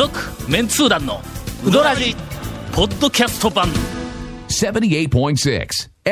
続メンツー団のウドラジポッドキャスト版 78.6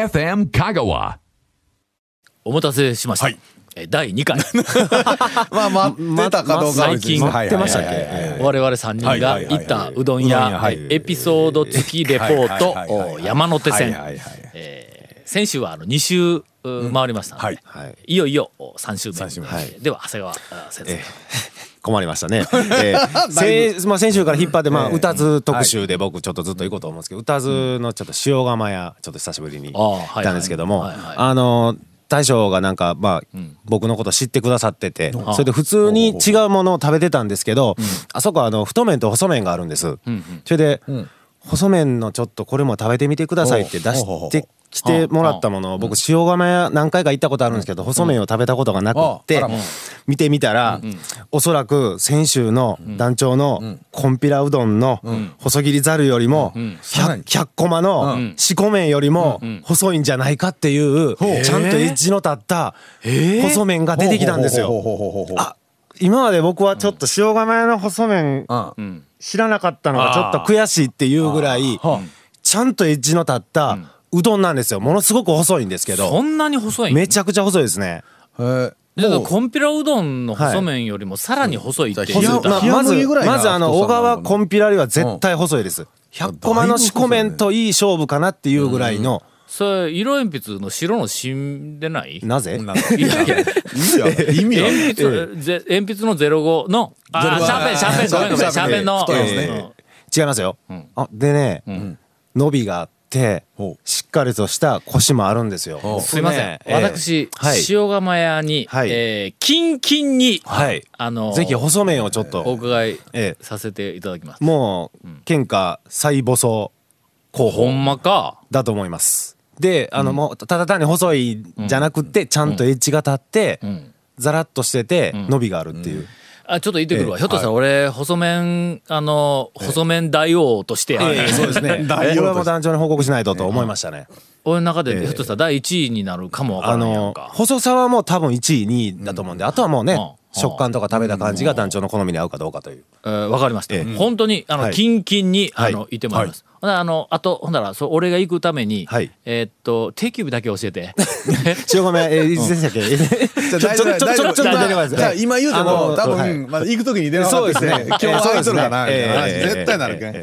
FM 香川。 お待たせしました、第2回まあ待ってたかどうかは別に最近待ってましたっけ。 我々3人が行ったうどん屋エピソード付きレポート山手線、先週は2週回りましたので、いよいよ3週目、では長谷川先生、 困りましたね。先週から引っ張って歌津特集で僕ちょっとずっと行こうと思うんですけど、歌津のちょっと塩釜屋ちょっと久しぶりに行ったんですけども、大将がなんか僕のこと知ってくださってて、それで普通に違うものを食べてたんですけど、あそこは太麺と細麺があるんです。それで細麺のちょっとこれも食べてみてくださいって出して来てもらったものを僕塩釜屋何回か行ったことあるんですけど、細麺を食べたことがなくって見てみたら、おそらく先週の団長のこんぴらうどんの細切りざるよりも100コマの四股麺よりも細いんじゃないかっていうちゃんとエッジの立った細麺が出てきたんですよ。あ、今まで僕はちょっと塩釜屋の細麺知らなかったのがちょっと悔しいっていうぐらいちゃんとエッジの立ったうどんなんですよ。ものすごく細いんですけど。 そんなに細い？ めちゃくちゃ細いですね。 だからこんぴらうどんの細麺よりもさらに細いっていう、 まず小川こんぴらよりは絶対細いです。100コマの四股麺といい勝負かなっていうぐらいの。 それ色鉛筆の白の芯でない？ なぜ？ いやいや意味は鉛筆の05のシャーペンごめんシャーペンの違いますよ。でね、伸びがあってしっかりとしたコシもあるんですよ。 すいません、私塩釜屋にキンキンにぜひ細麺をちょっとお伺いさせていただきます。 もう県下最細候補ほんまかだと思います。でもうただ単に細いじゃなくってちゃんとエッジが立ってザラッとしてて伸びがあるっていう。 ちょっと言ってくるわ、ひょっとしたら俺細麺細麺大王としてそうですね。これはもう団長に報告しないとと思いましたね。 俺の中でひょっとしたら第1位になるかもわからないやんか。 細さはもう多分1位2位だと思うんで、あとはもうね食感とか食べた感じが団長の好みに合うかどうかという。 わかりました。本当にキンキンにいてもらいます。あとほんなら俺が行くために定休日だけ教えて。 塩米いつでしたっけ？ちょっと出てます。 じゃあ今言うても多分まだ行く時に電話かかってきて今日空いとるかな絶対なるけ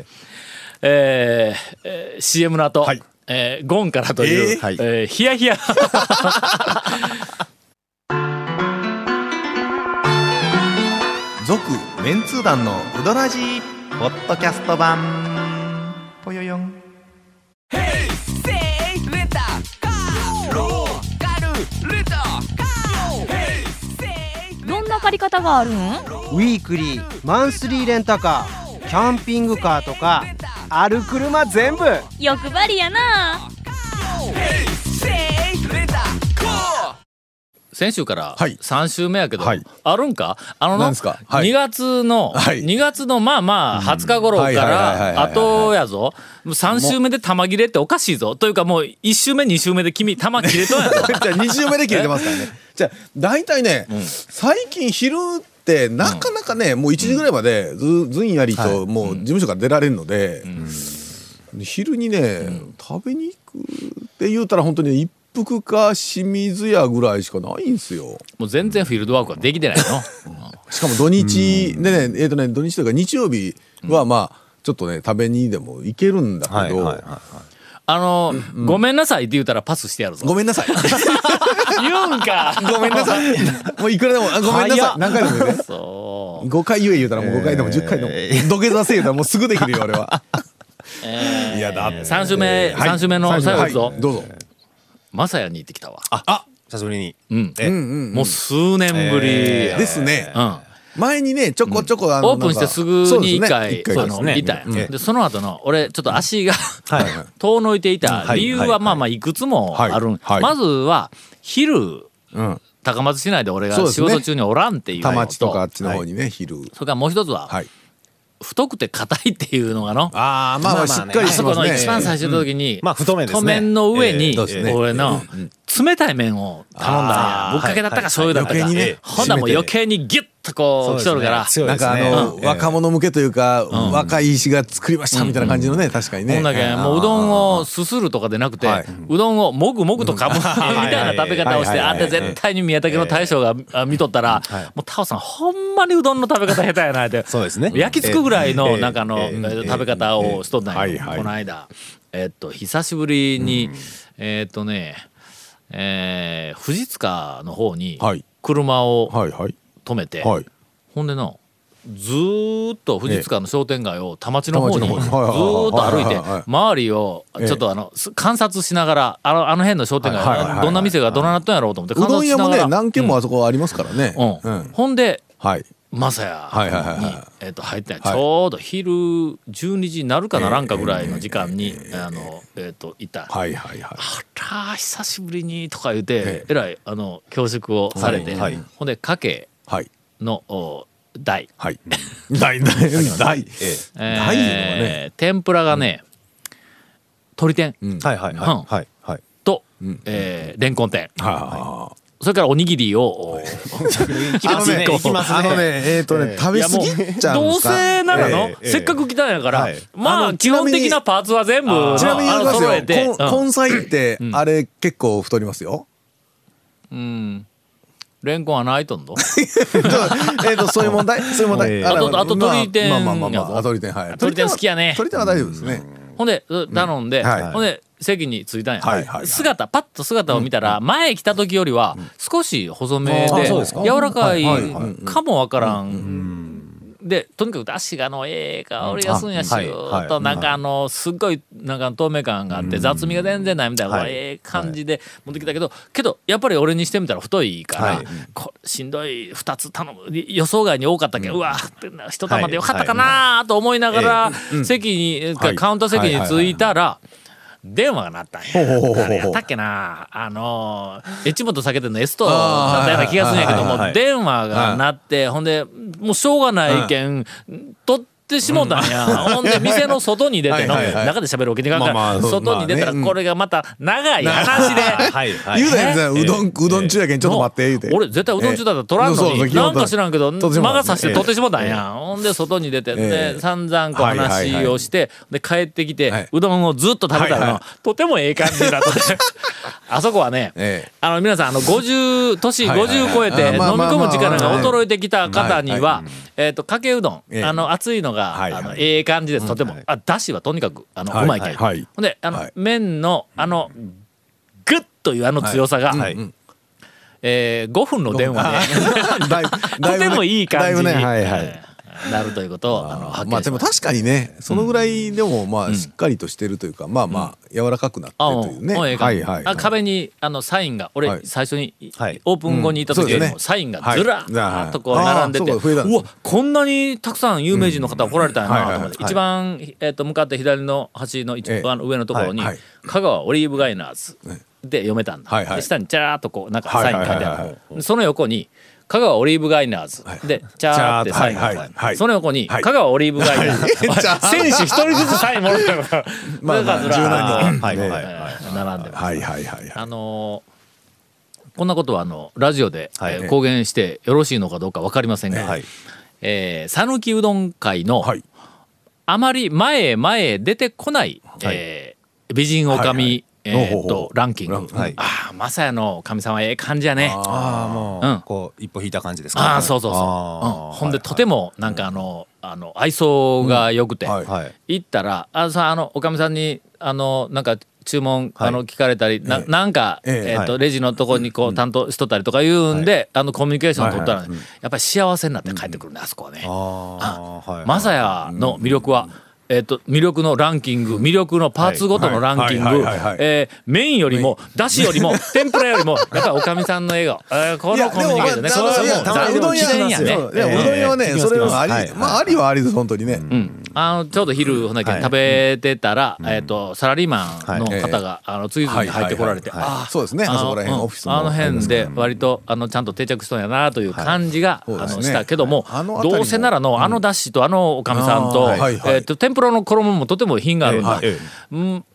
ん。 CM の後ゴンからというヒヤヒヤ。 続メンツー団のウドラジーポッドキャスト版ぽよよん。 どんな借り方があるん？ ウィークリーマンスリーレンタカーキャンピングカーとかある車全部欲張りやな。 先週から3週目やけど、あるんか2月のまあ20日頃からあとやぞ。3週目で玉切れっておかしいぞというか、もう1週目2週目で君玉切れとんやぞ。 じゃあ2週目で切れてますからね。じゃあ大体ね、最近昼ってなかなかねもう1時ぐらいまでずんやりともう事務所から出られるので、昼にね食べに行くって言うたら本当に一服か清水屋ぐらいしかないんすよ。 もう全然フィールドワークはできてないの。 しかも土日でね土日というか日曜日はまあちょっとね食べにでも行けるんだけど、 ごめんなさいって言うたらパスしてやるぞ。 ごめんなさい。 言うんか。 ごめんなさい。もういくらでもごめんなさい。何回でも言うね。 そう。 5回言うたらもう5回でも10回でも土下座せ言うたらもうすぐできるよ俺は。いやだって 3週目の最後いくぞ。 どうぞ。 マサヤに行ってきたわ。 久しぶりに。 もう数年ぶりですね。前にねちょこちょこオープンしてすぐに1回いたんや。でその後の俺ちょっと足が遠のいていた理由はまあいくつもある。まずは昼高松市内で俺が仕事中におらんっていうのと、 田町とかあっちの方にね昼。 それからもう一つは太くて硬いっていうのがの。 まあしっかりしてますね。 あそこの一番最初の時に太麺の上に俺の冷たい麺を頼んだんや。ぶっかけだったか醤油だったか。ほんだらもう余計にギュッとこう来とるから、 なんか若者向けというか、若い石が作りましたみたいな感じのね、確かにね。 ほんだけもううどんをすするとかでなくて、うどんをもぐもぐとかぶみたいな食べ方をして、あって絶対に宮武の大将が見とったら、もうタオさんほんまにうどんの食べ方下手やなって、焼き付くぐらいのなんか食べ方をしとったんやこの間。久しぶりに藤塚の方に車を止めて、ほんでなずーっと藤塚の商店街を田町の方にずーっと歩いて周りをちょっっと観察しながら、あの辺の商店街どんな店がどないなったんやろうと思って観察しながら、 うどん屋もね何軒もあそこありますからね。 ほんでマサヤに入ってちょうど昼12時になるかならんかぐらいの時間にいた。あら久しぶりにとか言うてえらい恐縮をされて、ほんでかけの大天ぷらがね、鶏天とレンコン天、それからおにぎりを食べ過ぎちゃう。 どうせならのせっかく来たんやから、まあ基本的なパーツは全部ちなみに揃えて。 根菜ってあれ結構太りますよ。 レンコンはないとんどそういう問題。 あと鶏天やぞ。 鶏天好きやね。 鶏天は大丈夫ですね。 ほんで頼んで、ほんで席に着いたんや。パッと姿を見たら、前来た時よりは少し細めで柔らかいかもわからん。でとにかくだしが香りがすんやしと、なんかすっごいなんか透明感があって雑味が全然ないみたいな感じで持ってきたけどやっぱり俺にしてみたら太いからしんどい2つ頼む予想外に多かったけど、うわ一玉でよかったかなと思いながらカウンター席に着いたら電話が鳴ったんや。誰やったっけな、越本酒店のエストだったような気がするんやけども、電話が鳴って、ほんでもうしょうがないけん取ってしもたんや。ほんで店の外に出ての中で喋るわけにいかんから外に出たら、これがまた長い話で言うたやつ、うどん中やけんちょっと待って言うて、 俺絶対うどん中だったら取らんのになんか知らんけど魔が差して取ってしもたんや。ほんで外に出てで散々こう話をしてで帰ってきてうどんをずっと食べたらとてもええ感じだったね。あそこはね、皆さん年50超えて飲み込む力が衰えてきた方にはかけうどん熱いのがええ感じです。とてもだしはとにかくうまいけん。ほんで麺のグッという強さが5分の電話でとてもいい感じになるということを発見しました。 でも確かにねそのぐらいでもしっかりとしてるというか、柔らかくなってというね。 壁にサインが俺最初にオープン後にいた時よりもサインがずらーっとこう並んでて、うわこんなにたくさん有名人の方が来られたんやなと思って、一番向かって左の端の上のところに香川オリーブガイナーズで読めたんだ。で下にチャーっとこうなんかサイン書いてある。その横に香川オリーブガイナーズでチャーってサインが書いて、その横に香川オリーブガイナーズ選手一人ずつサインもらってるからそれがずらーっと並んでます。こんなことはラジオで公言してよろしいのかどうか分かりませんが、讃岐うどん界のあまり前へ出てこない美人女将ランキング。まさやのかみさんはええ感じやね。 もうこう一歩引いた感じですか。 そうほんでとてもなんか愛想が良くて行ったらおかみさんになんか注文聞かれたりなんかレジのとこにこう担当しとったりとか言うんでコミュニケーション取ったらやっぱり幸せになって帰ってくるね、あそこはね。まさやの魅力は魅力のランキング、魅力のパーツごとのランキング、麺よりもだしよりも天ぷらよりもやっぱりおかみさんの笑顔、このコミュニケーションね。 うどん屋ね、うどん屋はねそれはありはありです本当にね。 ちょうど昼ほなけ食べてたらサラリーマンの方が次々に入ってこられて、 そうですね、あそこら辺オフィスの辺で割とちゃんと定着しとんやなという感じがしたけども、どうせならだしとおかみさんと天ぷらの衣もとても品があるんだ。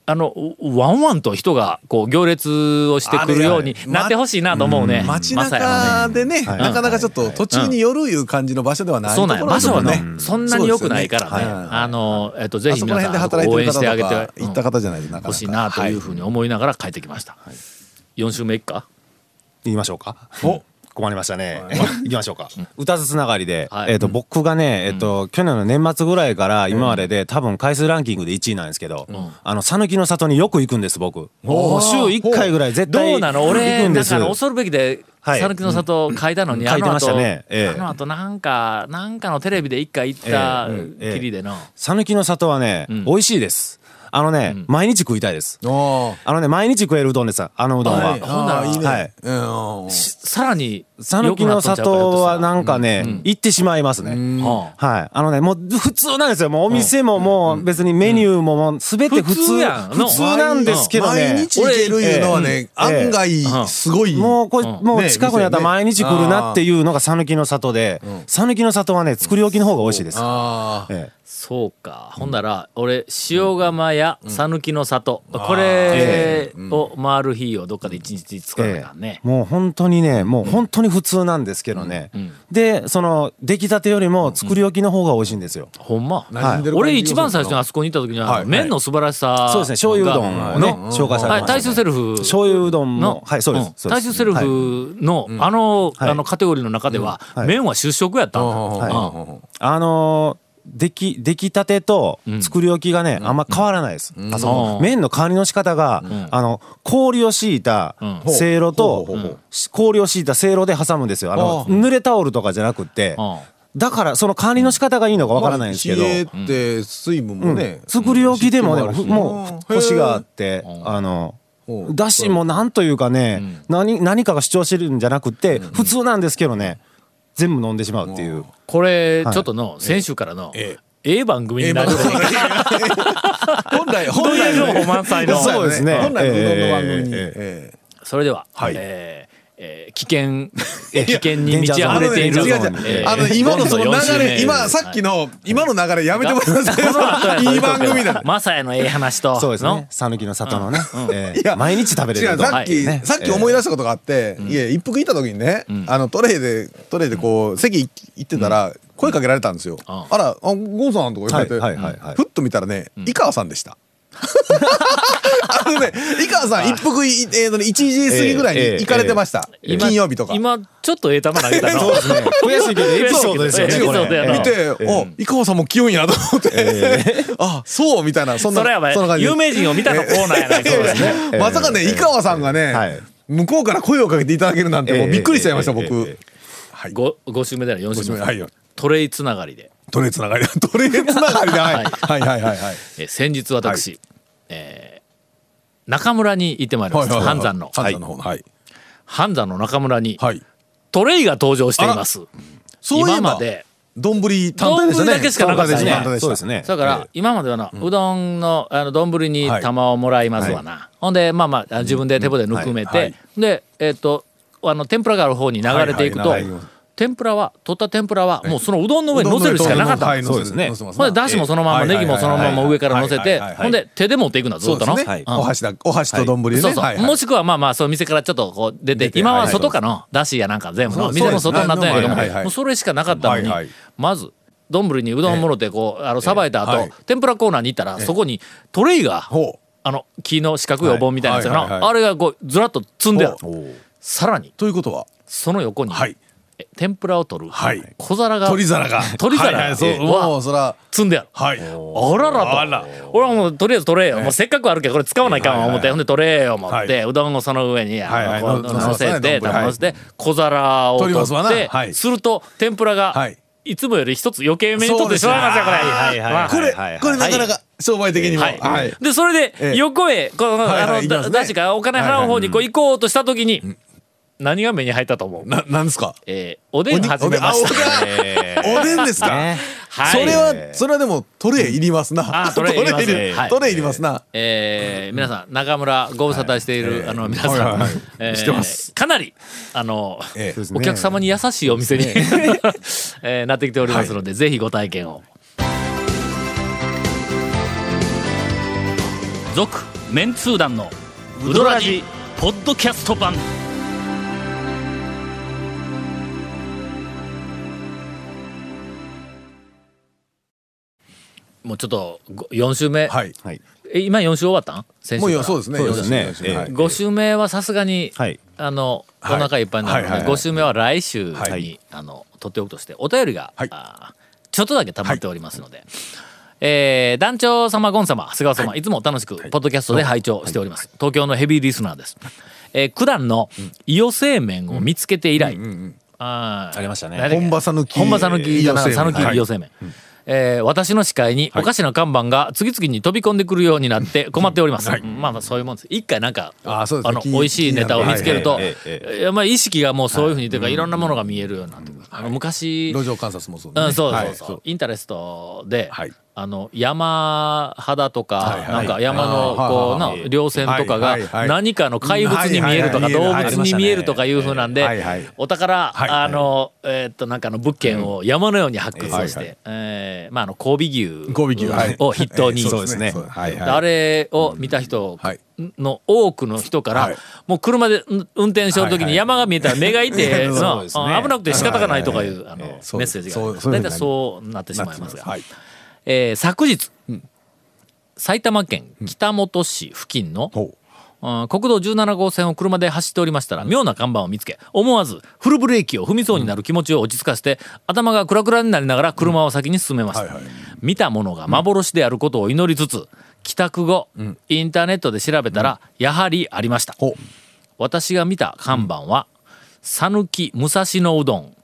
ワンワンと人がこう行列をしてくるようになってほしいなと思うね。 街中でね、なかなかちょっと途中に寄るいう感じの場所ではないところ場所はね、そんなに良くないからね。ぜひ皆さん応援してあげて行った方じゃないと欲しいなというふうに思いながら帰ってきました。4週目いっか。 行きましょうか。困りましたね。行きましょうか。歌ずつながりで、僕がね、去年の年末ぐらいから今までで多分回数ランキングで1位なんですけど、讃岐の里によく行くんです、僕。週1回ぐらい絶対行くんです。 どうなの？俺なんか恐るべきで讃岐の里書いたのに、 書いてましたね。 あの後なんかのテレビで1回行ったきりでの。 讃岐の里はね、美味しいです。毎日食いたいです。毎日食えるうどんです。うどんは。 ほんならいいね。さらに讃岐の里はなんかね、行ってしまいますね。はい。もう普通なんですよ。もうお店ももう別にメニューももう全て普通なんですけどね。 毎日行けるいうのはね、案外すごい。 もう近くにあったら毎日来るなっていうのが讃岐の里で、讃岐の里はね、作り置きの方が美味しいです。 そうか。ほんなら俺塩釜や讃岐の里、これを回る日をどっかで一日作らなかんね。 もう本当にね、もう本当に普通なんですけどね。でその出来たてよりも作り置きの方が美味しいんですよ。 ほんま。俺一番最初にあそこに行った時には麺の素晴らしさ。 そうですね。醤油うどんをね紹介されてました。 大衆セルフ醤油うどんの、はい、そうです。 大衆セルフのカテゴリーの中では麺は主食やったんだ。 出来たてと作り置きがね、あんま変わらないです。麺の管理の仕方が、氷を敷いたせいろと氷を敷いたせいろで挟むんですよ。濡れタオルとかじゃなくって、だからその管理の仕方がいいのかわからないんですけど、 冷えて水分もね、 作り置きでもね、もうコシがあって、だしもなんというかね、何かが主張してるんじゃなくて普通なんですけどね、全部飲んでしまうっていう。 これちょっの先週からの番組になる。 本来情報満載の。 そうですね。 本来のうどんの番組に。 それでは危険に満ち溢れている。 今のその流れ、さっきの今の流れやめてもらってください。いい番組だ。 マサヤの話と。 そうですね。讃岐の里のね。毎日食べれる。 さっき思い出したことがあって、一服行った時にね、トレイでこう席行ってたら声かけられたんですよ。あら、ゴンさんとか言われて、ふっと見たらね、井川さんでした。井川さん一服1時過ぎぐらいに行かれてました。金曜日とか。 今ちょっと球投げたの。 そうですね。悔しいけどエピソードですよね。 見て、井川さんも清いんやと思って、あ、そうみたいな、そんな感じ。有名人を見たのコーナーやないか。 まさかね、井川さんがね、向こうから声をかけていただけるなんてもうびっくりしちゃいました、僕。 5週目だよ、4週目。トレイつながりで。 トレイつながりで、 先日私、中村に行ってまいりました。半山の半山の中村にトレイが登場しています。今まで丼単体でしたね。 だけしかなかったですね。 そうですね。 だから今まではな、うどんの丼に玉をもらいますわな。ほんで自分で手でぬくめて、で天ぷらがある方に流れていくと、取った天ぷらはもうそのうどんの上に乗せるしかなかった。 そうですね。 ほんでだしもそのまま、ネギもそのまま上から乗せて、ほんで手で持っていくんだ、ずっとの。 お箸と丼ね。 そうそう。もしくはその店からちょっとこう出て、今は外かのだしやなんか全部の店の外になったんやけども、もうそれしかなかったのに、まず丼にうどんもろてこうさばいた後、天ぷらコーナーに行ったら、そこにトレイが木の四角いお盆みたいなやつやな、あれがこうずらっと積んである。さらにということはその横に天ぷらを取る小皿が取り皿が積んである。あららと、俺はもうとりあえず取れよ、もうせっかくあるけどこれ使わないかん思って、ほんで取れよ思って、うどんをその上に乗せて小皿を取って、すると天ぷらがいつもより一つ余計めに取ってしまいますよ、 これなかなか商売的にも。 でそれで横へだしがお金払う方に行こうとした時に、何が目に入ったと思う？ なんですか？ おでん始めました。 おでんですか？それはでもトレイいりますな。 トレイいりますな。 皆さん、中村ご無沙汰している皆さん、かなりお客様に優しいお店になってきておりますので、ぜひご体験を。続メンツー団のウドラジポッドキャスト版。もうちょっと4週目、 はい、 今4週終わったん？先週からもうそうですね。 そうですね。 5週目はさすがに、 はい、 お腹いっぱいになるので、5週目は来週に、取っておくとして、お便りが、ちょっとだけ溜まっておりますので、団長様、ゴン様、長谷川様、いつも楽しくポッドキャストで拝聴しております。東京のヘビーリスナーです。九段の伊予製麺を見つけて以来、 ありましたね。 本場さぬき伊予製麺。私の視界におかしな看板が次々に飛び込んでくるようになって困っております。まあそういうもんです。一回なんか美味しいネタを見つけると、まあ意識がもうそういうふうにというか、いろんなものが見えるようになってくる。昔路上観察もそうですね。 そうインタレストで山肌とかなんか山のこうな稜線とかが何かの怪物に見えるとか動物に見えるとかいうふうなんで、お宝なんかの物件を山のように発掘をして、まあ神戸牛を筆頭に、あれを見た人の多くの人から、もう車で運転してる時に山が見えたら目がいて危なくて仕方がないとかいうメッセージが大体そうなってしまいますが、昨日、埼玉県北本市付近の国道17号線を車で走っておりましたら、妙な看板を見つけ、思わずフルブレーキを踏みそうになる気持ちを落ち着かせて、頭がクラクラになりながら車を先に進めました。見たものが幻であることを祈りつつ、帰宅後、インターネットで調べたら、やはりありました。私が見た看板は、讃岐武蔵野うどん。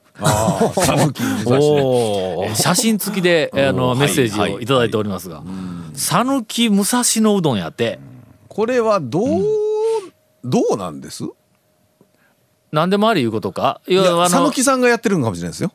写真付きでメッセージをいただいておりますが、讃岐武蔵野うどんやって、 これはどうなんです？ 何でもありいうことか？ 讃岐さんがやってるのかもしれないですよ。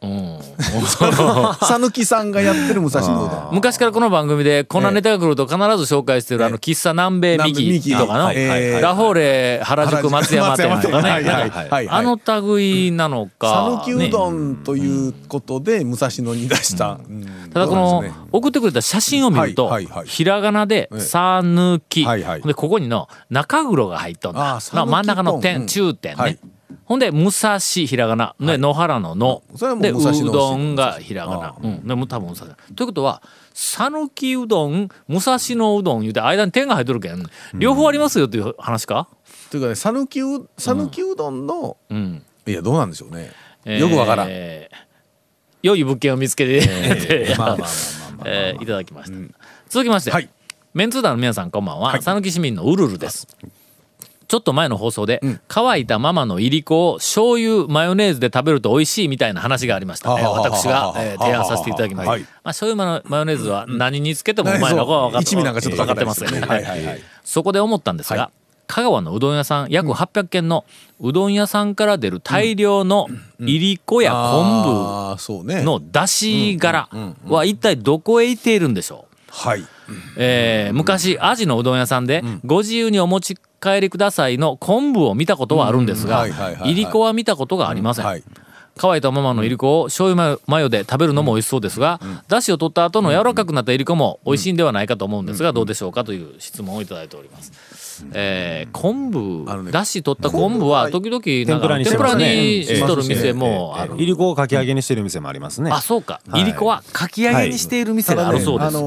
讃岐さんがやってる武蔵野うどん。 昔からこの番組でこんなネタが来ると必ず紹介してる喫茶南米右とかのラフォーレ原宿松山店とかね、あの類なのか。 讃岐うどんということで武蔵野に出した。 ただこの送ってくれた写真を見ると、ひらがなで讃岐で、ここにの中黒が入っとんだ。真ん中の点、中点ね。ほんで武蔵ひらがな、野原ののでうどんがひらがな、でも多分武蔵ということは、讃岐うどん武蔵野うどん言うて間に点が入っとるけん、両方ありますよという話か。 というかね、讃岐うどんの、いやどうなんでしょうね、よくわからん。 良い物件を見つけていただきました。続きまして、メンツー団の皆さんこんばんは。讃岐市民のうるるです。ちょっと前の放送で、乾いたままのいりこを醤油マヨネーズで食べると美味しいみたいな話がありました。私が提案させていただきます。醤油マヨネーズは何につけてもうまいのが分かってますよね。そこで思ったんですが、香川のうどん屋さん約800軒のうどん屋さんから出る大量のいりこや昆布の出し殻は一体どこへ行っているんでしょう。昔アジのうどん屋さんでご自由にお持ち帰りくださいの昆布を見たことはあるんですが、いりこは見たことがありません。乾いたままのいりこを醤油マヨで食べるのも美味しそうですが、だしを取った後の柔らかくなったいりこも美味しいんではないかと思うんですが、どうでしょうかという質問をいただいております。昆布、だし取った昆布は時々天ぷらにしとる店もある。 いりこをかき揚げにしている店もありますね。 あ、そうか。いりこはかき揚げにしている店があるそうです。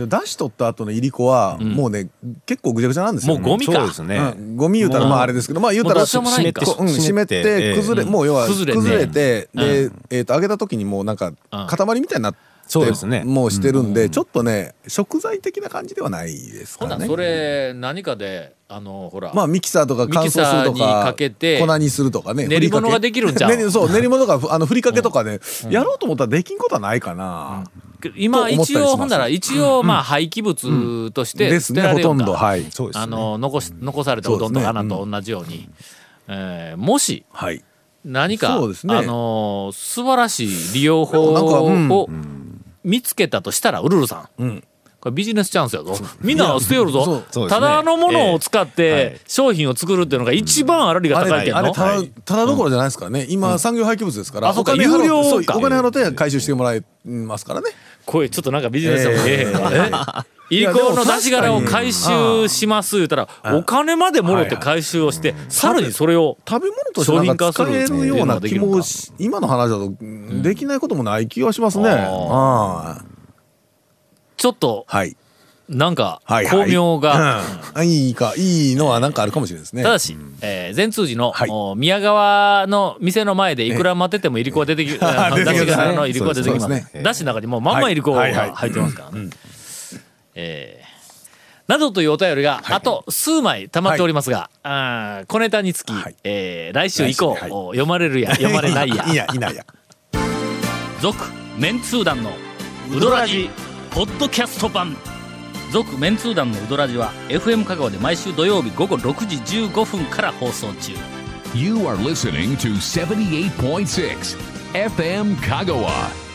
だし取った後のいりこはもうね、結構ぐちゃぐちゃなんですよ。 もうゴミか。 そうですね。 ゴミ言うたらまああれですけど、まあ言うたら湿って崩れ、もう要は崩れて、で揚げた時にもうなんか塊みたいになって、 そうですね、 もうしてるんで、ちょっとね食材的な感じではないですからね。 それ何かでほら、 まあミキサーとか乾燥するとかかけて粉にするとかね、 練り物ができるんちゃう。 そう練り物がふりかけとかね、やろうと思ったらできんことはないかな。 今一応ほんならまあ廃棄物として捨てられるんだ。残されたうどんとかなんと同じように、もし何か素晴らしい利用法を見つけたとしたら、ウルルさん、これビジネスチャンスやぞ。みんな捨てよるぞ。ただのものを使って商品を作るっていうのが一番粗利が高いけんの。 ただどころじゃないですからね。今産業廃棄物ですから、お金払って回収してもらえますからね。 声ちょっとなんかビジネスでもええへんわ。いりこの出し殻を回収します言うたらお金までもろって回収をしてさらにそれを食べ物としてなんか使えるような気も今の話だとできないこともない気がしますね。 ちょっとなんか巧妙がいいのはなんかあるかもしれないですね。 ただし善通寺の宮川の店の前でいくら待っててもいりこが出てき出し殻のいりこが出てきます。だしの中にもうまんまいりこが入ってますからね。などというお便りがあと数枚溜まっておりますが、小ネタにつき、来週以降、読まれるや読まれないやいないや続メンツー団のウドラジポッドキャスト版続メンツー団のウドラジは FM 香川で毎週土曜日午後6時15分から放送中。 You are listening to 78.6 FM 香川。